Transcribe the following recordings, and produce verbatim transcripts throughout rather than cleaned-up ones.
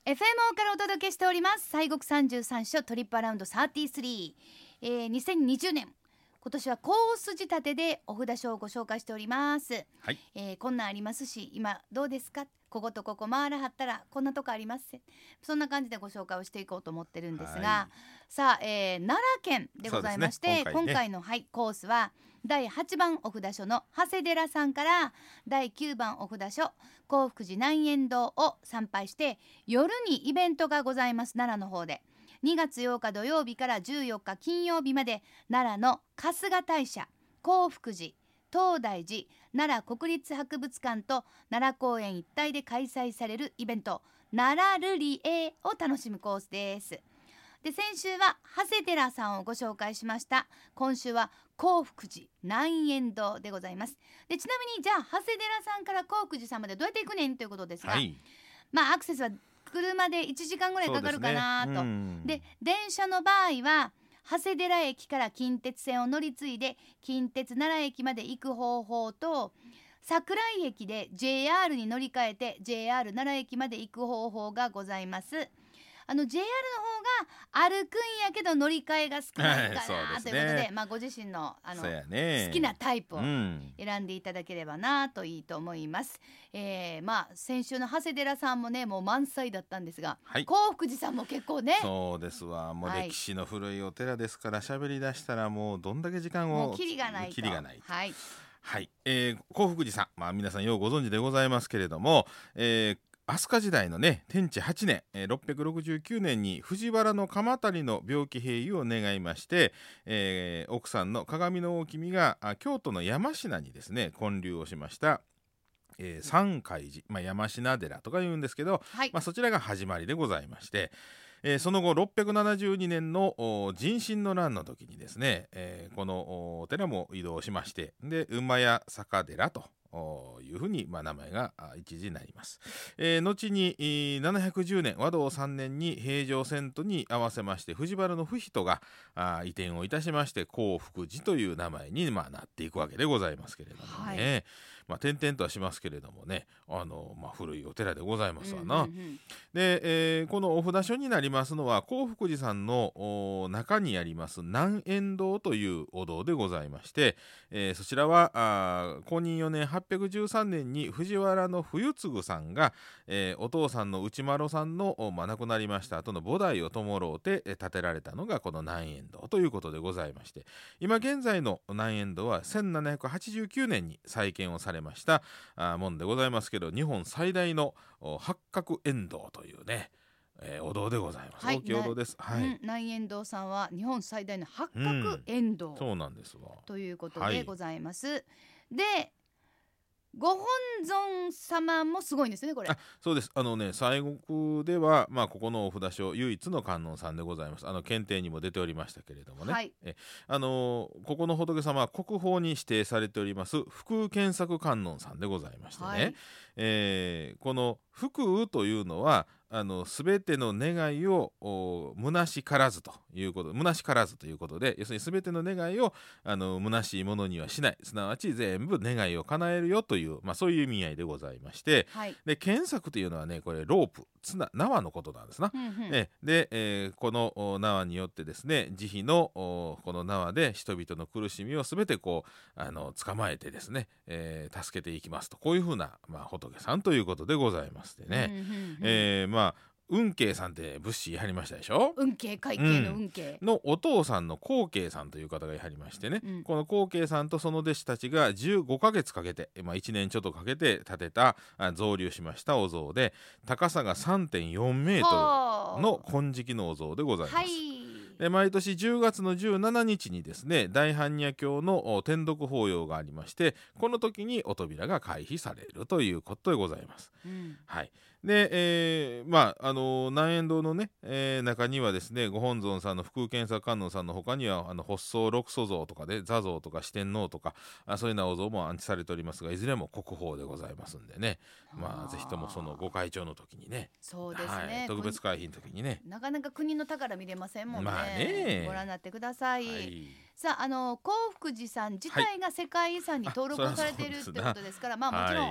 エフエムオー からお届けしております西国さんじゅうさん所トリップアラウンドさんじゅうさん、えー、にせんにじゅうねん今年はコース仕立てでお札書をご紹介しております、 はいえー、こんなんありますし今どうですか、こことここ回らはったらこんなとこあります、そんな感じでご紹介をしていこうと思ってるんですが、 はい、 さあ、えー、奈良県でございまして、 そうですね、今回ね今回の、はい、コースはだいはちばんお札書の長谷寺さんからだいきゅうばんお札書興福寺南円堂を参拝して、夜にイベントがございます。奈良の方でにがつようか土曜日からじゅうよっか金曜日まで奈良の春日大社、興福寺、東大寺、奈良国立博物館と奈良公園一帯で開催されるイベント奈良瑠璃会を楽しむコースです。で、先週は長谷寺さんをご紹介しました。今週は興福寺南円堂でございます。で、ちなみにじゃあ長谷寺さんから興福寺さんまでどうやって行くねんということですが、はい、まあアクセスは車でいちじかんぐらいかかるかなと。 で,、ね、で電車の場合は長谷寺駅から近鉄線を乗り継いで近鉄奈良駅まで行く方法と、桜井駅で ジェイアール に乗り換えて ジェイアール 奈良駅まで行く方法がございます。あの ジェイアール の方が歩くんやけど乗り換えが少ないかなということで、まあ、ご自身の、あの、ね、好きなタイプを選んでいただければなといいと思います、うん、えー、まあ先週の長谷寺さんもねもう満載だったんですが、はい、興福寺さんも結構ね、 そうですわ、もう歴史の古いお寺ですから、喋り出したらもうどんだけ時間をもうキリがないとキリがないと、 はいはい、えー、興福寺さん、まあ、皆さんようご存知でございますけれども、えー飛鳥時代のね天智はちねん、えー、ろっぴゃくろくじゅうきゅうねんに藤原の鎌足の病気平癒を願いまして、えー、奥さんの鏡の大君が京都の山科にですね建立をしました、えー、三海寺、まあ、山科寺とか言うんですけど、はい、まあ、そちらが始まりでございまして、えー、その後ろっぴゃくななじゅうにねんの壬申の乱の時にですね、えー、このお寺も移動しまして、で馬屋坂寺というふうに、まあ、名前が一時になります、えー、後にななひゃくじゅうねん和道さんねんに平城遷都に合わせまして藤原の不人が移転をいたしまして興福寺という名前に、まあ、なっていくわけでございますけれどもね、はい、まあ、点々とはしますけれどもね、あの、まあ、古いお寺でございますわな、うんうんうん、で、えー、このお札所になりますのは興福寺さんの中にあります南円堂というお堂でございまして、えー、そちらは公認よねんはっぴゃくじゅうさんねんに藤原の冬継さんが、えー、お父さんの内丸さんの、まあ、亡くなりました後の菩提を弔うて、えー、建てられたのがこの南円堂ということでございまして、今現在の南円堂はせんななひゃくはちじゅうきゅうねんに再建をされましたあもんでございますけど、日本最大の八角円堂というね、えー、お堂でございます、はい、大きいお堂です、はい、 うん、南円堂さんは日本最大の八角円堂、うん、 そうなんですわということでございます、はい、でご本尊様もすごいんですねこれ。 あ、そうです。あのね西国では、まあ、ここのお札所唯一の観音さんでございます。あの検定にも出ておりましたけれどもね、はい、えあのここの仏様は国宝に指定されております福雨検索観音さんでございましてね、はい、えー、この福雨というのはあの全ての願いを虚しからずということ虚しからずということで、要するに全ての願いをあの虚しいものにはしない、すなわち全部願いを叶えるよという、まあ、そういう意味合いでございまして、はい、で検索というのはねこれロープ綱縄のことなんですな、うんうん、えで、えー、この縄によってですね慈悲のこの縄で人々の苦しみを全てこうあの捕まえてですね、えー、助けていきますと、こういうふうな、まあ、仏さんということでございますでね、うんうんうん、えー、まあ運慶さんって仏師やりましたでしょ。 運慶会計の運慶、 うん、のお父さんの幸慶さんという方がやりましてね、うん、この幸慶さんとその弟子たちがじゅうごかげつかけて、まあ、いちねんちょっとかけて建てた造立しましたお像で、高さが さんてんよんメートルの金色のお像でございます、はい、で毎年じゅうがつのじゅうしちにちにですね大般若経の天読法要がありまして、この時にお扉が開閉されるということでございます、うん、はい。で、えー、まああの南円堂のね、えー、中にはですねご本尊さんの福雨検索観音さんの他にはあの発想六祖像とかで座像とか四天王とかあそういうようなお像も安置されておりますが、いずれも国宝でございますんでね、まあぜひともそのご開帳の時にね、 そうですね、 はい、特別会費の時にね、 なかなか国の宝見れませんもんね、 まあね、 ご覧になってください、 はい、 さあ、あの興福寺さん自体が世界遺産に登録されている、はい、ということですから、まあもちろん、はい、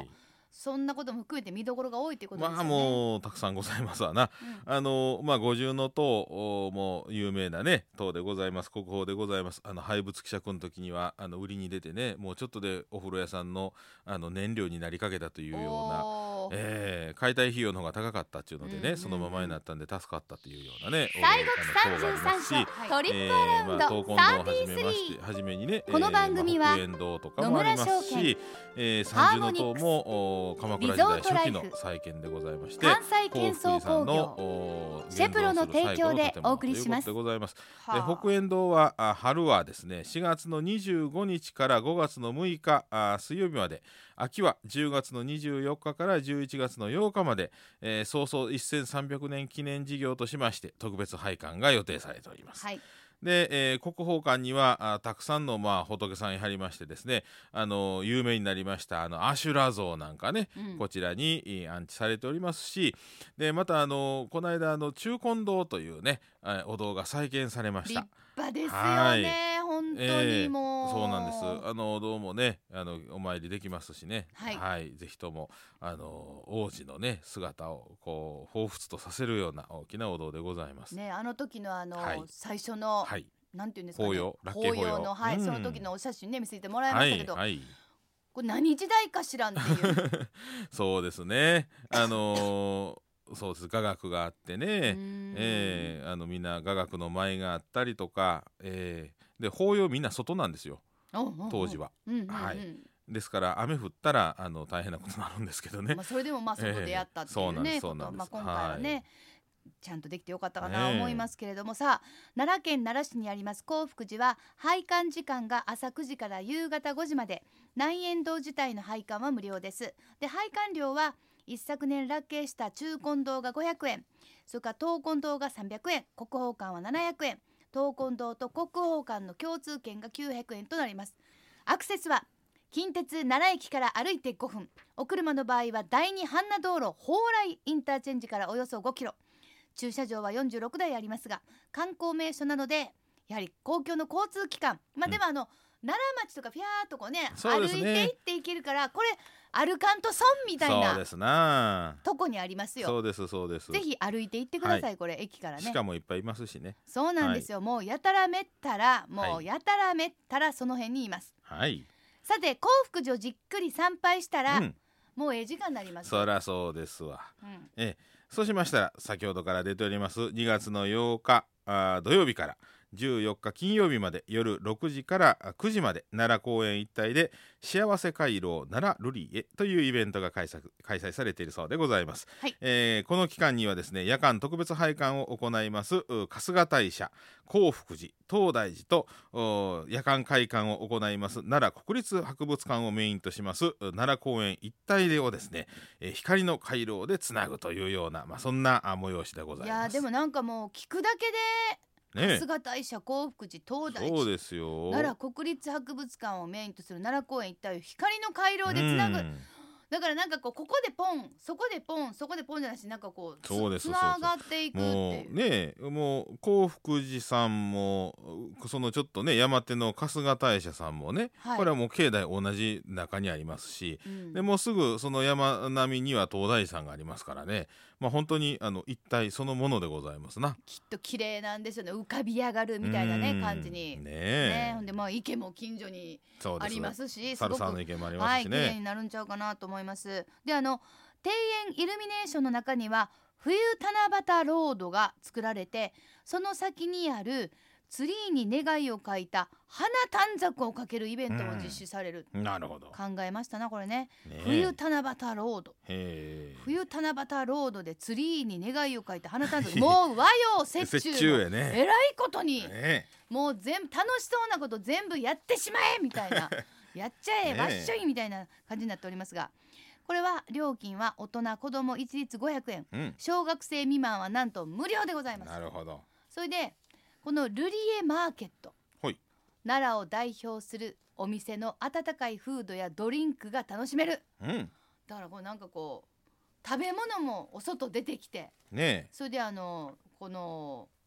そんなことも含めて見どころが多いということですよね。 まあもうたくさんございますわな、うん、あのまあ五重塔も有名なね塔でございます。国宝でございます。あの廃仏希釈の時にはあの売りに出てね、もうちょっとでお風呂屋さんのあの燃料になりかけたというような、えー、解体費用の方が高かったっていうのでね、うんうんうん、そのままになったんで助かったというようなね、 西国さんじゅうさん所トリップアラウンド、えーまあ、 闘魂堂をはじめましてはじめにね、 この番組は、 えーまあ、北円堂とかもありますし、えー、三重塔も鎌倉時代初期の再建でございまして、 関西建装工業シェプロの提供でお送りします。 でございます。で北円堂はあ春はですねしがつのにじゅうごにちからごがつのむいかあ水曜日まで、秋はじゅうがつのにじゅうよっかからじゅういちがつのようかまで、えー、早々せんさんびゃくねん記念事業としまして特別拝観が予定されております。はい、で、えー、国宝館にはあたくさんの、まあ、仏さんやりましてですね、あの有名になりましたあのアシュラ像なんかね、うん、こちらに安置されておりますし、でまたあのこの間あの中金堂というねお堂が再建されました。 立派ですよね、本当にもう、 えー、そうなんです。あのお堂もねあのお参りできますしね、はい、はい、ぜひともあの王子のね姿をこう彷彿とさせるような大きなお堂でございますね。あの時のあの、はい、最初の、はい、なんていうんですかね、 法要、 法要の、はい、うん、その時のお写真ね見せてもらいましたけど、はいはい、これ何時代かしらんっていうそうですね、あのーそうです、雅楽があってね、えー、あのみんな雅楽の舞があったりとか、えー、で法要みんな外なんですよ当時は、うんうんうん、はい、ですから雨降ったらあの大変なことになるんですけどね、 まあ、それでもまあ外でやったっていうね、えー、ことは、まあ、今回はね、はい、ちゃんとできてよかったかなと思いますけれども、えー、さあ奈良県奈良市にあります興福寺は拝観時間が朝くじから夕方ごじまで、南円堂自体の拝観は無料です。で拝観料は一昨年落慶した中金堂がごひゃくえん、それから東金堂がさんびゃくえん、国宝館はななひゃくえん、東金堂と国宝館の共通券がきゅうひゃくえんとなります。アクセスは近鉄奈良駅から歩いてごふん、お車の場合は第二阪奈道路蓬莱インターチェンジからおよそごキロ、駐車場はよんじゅうろくだいありますが、観光名所なのでやはり公共の交通機関、まあ、でもあの、うん、奈良町とかフィャーっとこうね、歩いて行っていけるから、これ歩かんと損みたいな、 そうですな、 とこにありますよ。 そうですそうです。 ぜひ歩いて行ってください、はい、これ駅からね。 しかもいっぱいいますしね。 そうなんですよ、はい、もうやたらめったらもうやたらめったらその辺にいます、はい、さて興福寺をじっくり参拝したら、うん、もうええ時間になります。 そりゃそうですわ、うん、えそうしましたら先ほどから出ておりますにがつのようかあ土曜日からじゅうよっか金曜日まで夜ろくじからくじまで奈良公園一帯で幸せ回廊奈良瑠璃へというイベントが開催、開催されているそうでございます、はい、えー、この期間にはですね夜間特別拝観を行います春日大社、興福寺、東大寺と夜間会館を行います奈良国立博物館をメインとします奈良公園一帯でをですね、えー、光の回廊でつなぐというような、まあ、そんな催しでございます。 いやでもなんかもう聞くだけでね、春日大社、興福寺、東大寺、 そうですよ、 奈良国立博物館をメインとする奈良公園一帯を光の回廊でつなぐ、だからなんかこうここでポンそこでポンそこでポンじゃなし、なんかこうそうですつながっていくっていう、 もうねもう興福寺さんもそのちょっとね山手の春日大社さんもね、はい、これはもう境内同じ中にありますし、うん、でもうすぐその山並みには東大山がありますからね、まあ本当にあの一体そのものでございますな。 きっと綺麗なんですよね、浮かび上がるみたいなね感じにねえ、ほんでまあ池も近所にありますし、 すごく猿さんの池もありますしね、 はい、綺麗になるんちゃうかなと思います。であの庭園イルミネーションの中には冬七夕ロードが作られて、その先にあるツリーに願いを書いた花短冊をかけるイベントも実施される、 うん、なるほど、 考えましたなこれ ね, ね冬七夕ロード、へ冬七夕ロードでツリーに願いを書いた花短冊もう和洋折衷のね、 えらいことに、ね、もう全部楽しそうなこと全部やってしまえみたいなやっちゃえ、ね、わっしょいみたいな感じになっておりますが、これは料金は大人子供一律ごひゃくえん、うん、小学生未満はなんと無料でございます。 なるほど。 それでこのルリエマーケット、はい、奈良を代表するお店の温かいフードやドリンクが楽しめる、うん、だからこうなんかこう食べ物もお外出てきて、ね、それであのこの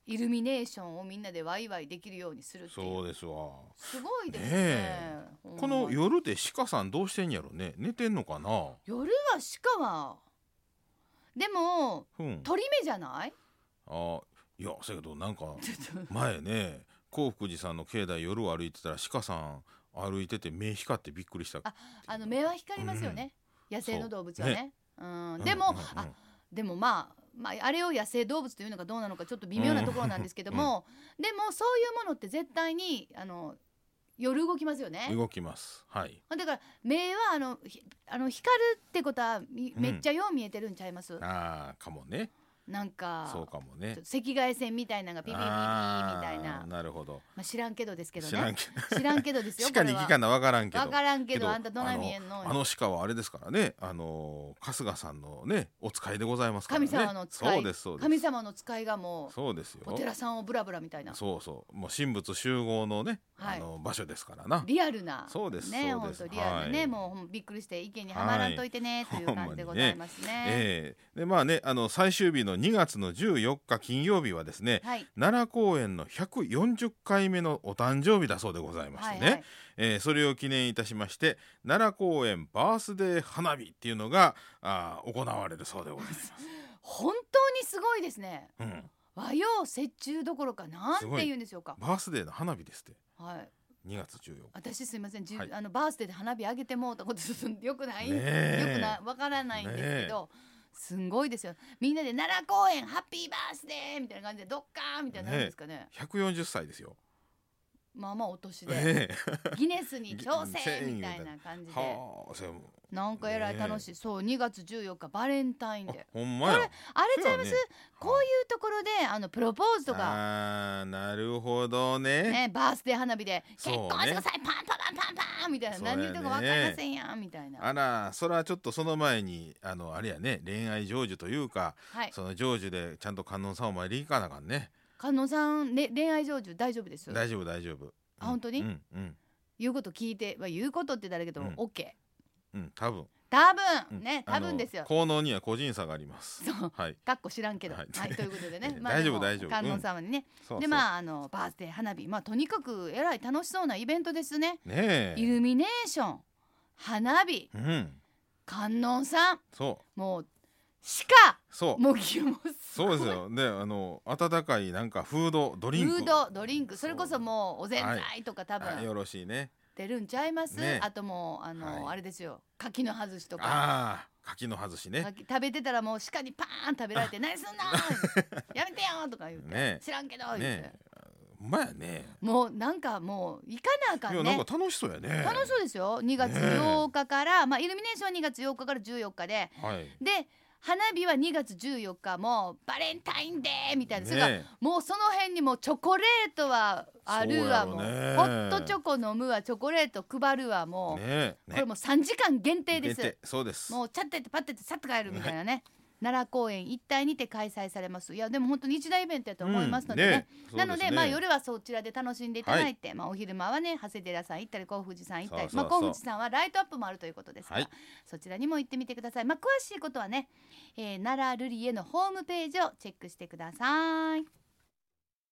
イルミネーションをみんなでワイワイできるようにするっていう。 そうですわ。 すごいですね。 ねほんまこの夜で鹿さんどうしてんやろね。寝てんのかな。 夜は鹿はでもうん。 鳥目じゃない？ あいやせやけどなんか前ね興福寺さんの境内夜を歩いてたら鹿さん歩いてて目光ってびっくりした。 ああの目は光りますよね、野生の動物はね。 そううん、 ねでも、 うんうんうんあでもまあまあ、あれを野生動物というのかどうなのかちょっと微妙なところなんですけども、でもそういうものって絶対にあの夜動きますよね。 動きます。はい。 だから目はあのひあの光るってことはみめっちゃよう見えてるんちゃいます？ ああかもね。 なんかそうかもね。 ちょっと赤外線みたいなのがピピピピみあーたいな、 なるほど。 まあ、知らんけどですけど知らんね。 け知らんけどですよ。 ど。鹿にこれは聞かなわからんけど。 わからんけどけどあんたどない見えんの？ あのあの鹿はあれですからね。あの春日さんのねお使いでございますからね。 神様の使い、 そうですそうです。 神様の使いがもうそうですよ。 お寺さんをブラブラみたいな、 そうそうもう神仏集合のね、 はいあの場所ですからな。 リアルなそうですね、 そうです本当リアルなね、 はいもうほんびっくりして意見にはまらんといてね、 はいという感じでございますね。 ええでまあねあの最終日のにがつのじゅうよっか金曜日はですね、 はい奈良公園のひゃくよんじゅっかいめのお誕生日だそうでございましてね、 はいはいえーそれを記念いたしまして奈良公園バースデー花火っていうのがあー行われるそうでございます。 本当にすごいですね。 うん、 和洋折衷どころかなんて言うんでしょうか。 バースデーの花火ですってはいにがつじゅうよっか。 私すいません、じゅはいあのバースデーで花火上げてもうたことよくない、 ねえよくないわからないんですけど、すんごいですよ。みんなで奈良公園ハッピーバースデーみたいな感じでどっかーみたいなのあるんですかね。 ひゃくよんじゅっさいですよ。 まあまあお年で、 ねギネスに挑戦みたいな感じで、 はあそれもなんかえらい楽しい、そうにがつじゅうよっかバレンタインあデー。 ほんまや。 これあれちゃいます、 そうやねこういうところであのプロポーズとか、 あーなるほどね。 ね、バースデー花火で結そうね婚してください、パンパンパンパンパンみたいな、 そうやね何言うとか分かりませんやんみたいな。 あらそれはちょっとその前にあのあれやね恋愛成就というか、 はい、 その成就でちゃんと観音さんお参り行かなあかんね。 観音さん、ね、恋愛成就大丈夫です？ 大丈夫大丈夫。 あ本当にうんうん言うこと聞いて、まあ、言うことって言ったらあれだけど、 うん OK うん多分多分うんね、 あの多分ですよ。 効能には個人差があります。 そうはいかっこ知らんけど、ははいいということでねえまあ大丈夫でも大丈夫観音様にね、 そうそうでまああのバースデー花火、まあとにかくえらい楽しそうなイベントですね。 ねえイルミネーション、花火、 うん観音さん、 そうもう鹿そうもぎもすごいそうですよ。であの温かいなんかフードドリンクフードドリンク、それこそもうおぜんざいとか多分あよろしいね。 出るんちゃいます、 ねあともうあの、 はいあれですよ、柿の外しとか、 ああ柿の外しね。 柿食べてたらもう鹿にパーン食べられて何すんのやめてよとか言って、 ね知らんけど言って、 ねうまやね。 もうなんかもう行かなあかんね。 いやなんか楽しそうやね。 楽しそうですよ。にがつようかから、まあイルミネーションはにがつようかからじゅうよっかで、 はい。 で花火はにがつじゅうよっかもうバレンタインデーみたいな、それがねもうその辺にもうチョコレートはあるわ、もうそうやろねホットチョコ飲むわ、チョコレート配るわ、もう、 ねこれもうさんじかん限定です。 限定そうです。 もうチャッてってパッてってさっと帰るみたいなね、奈良公園一帯にて開催されます。いやでも本当に一大イベントやと思いますのでね、 うんねなのでそうですねまあ夜はそちらで楽しんでいただいて、まあお昼間はね長谷寺さん行ったり興福寺さん行ったり、 そうそうそうまあ興福寺さんはライトアップもあるということですから、 はいそちらにも行ってみてください。まあ詳しいことはね、えー、奈良瑠璃へのホームページをチェックしてください。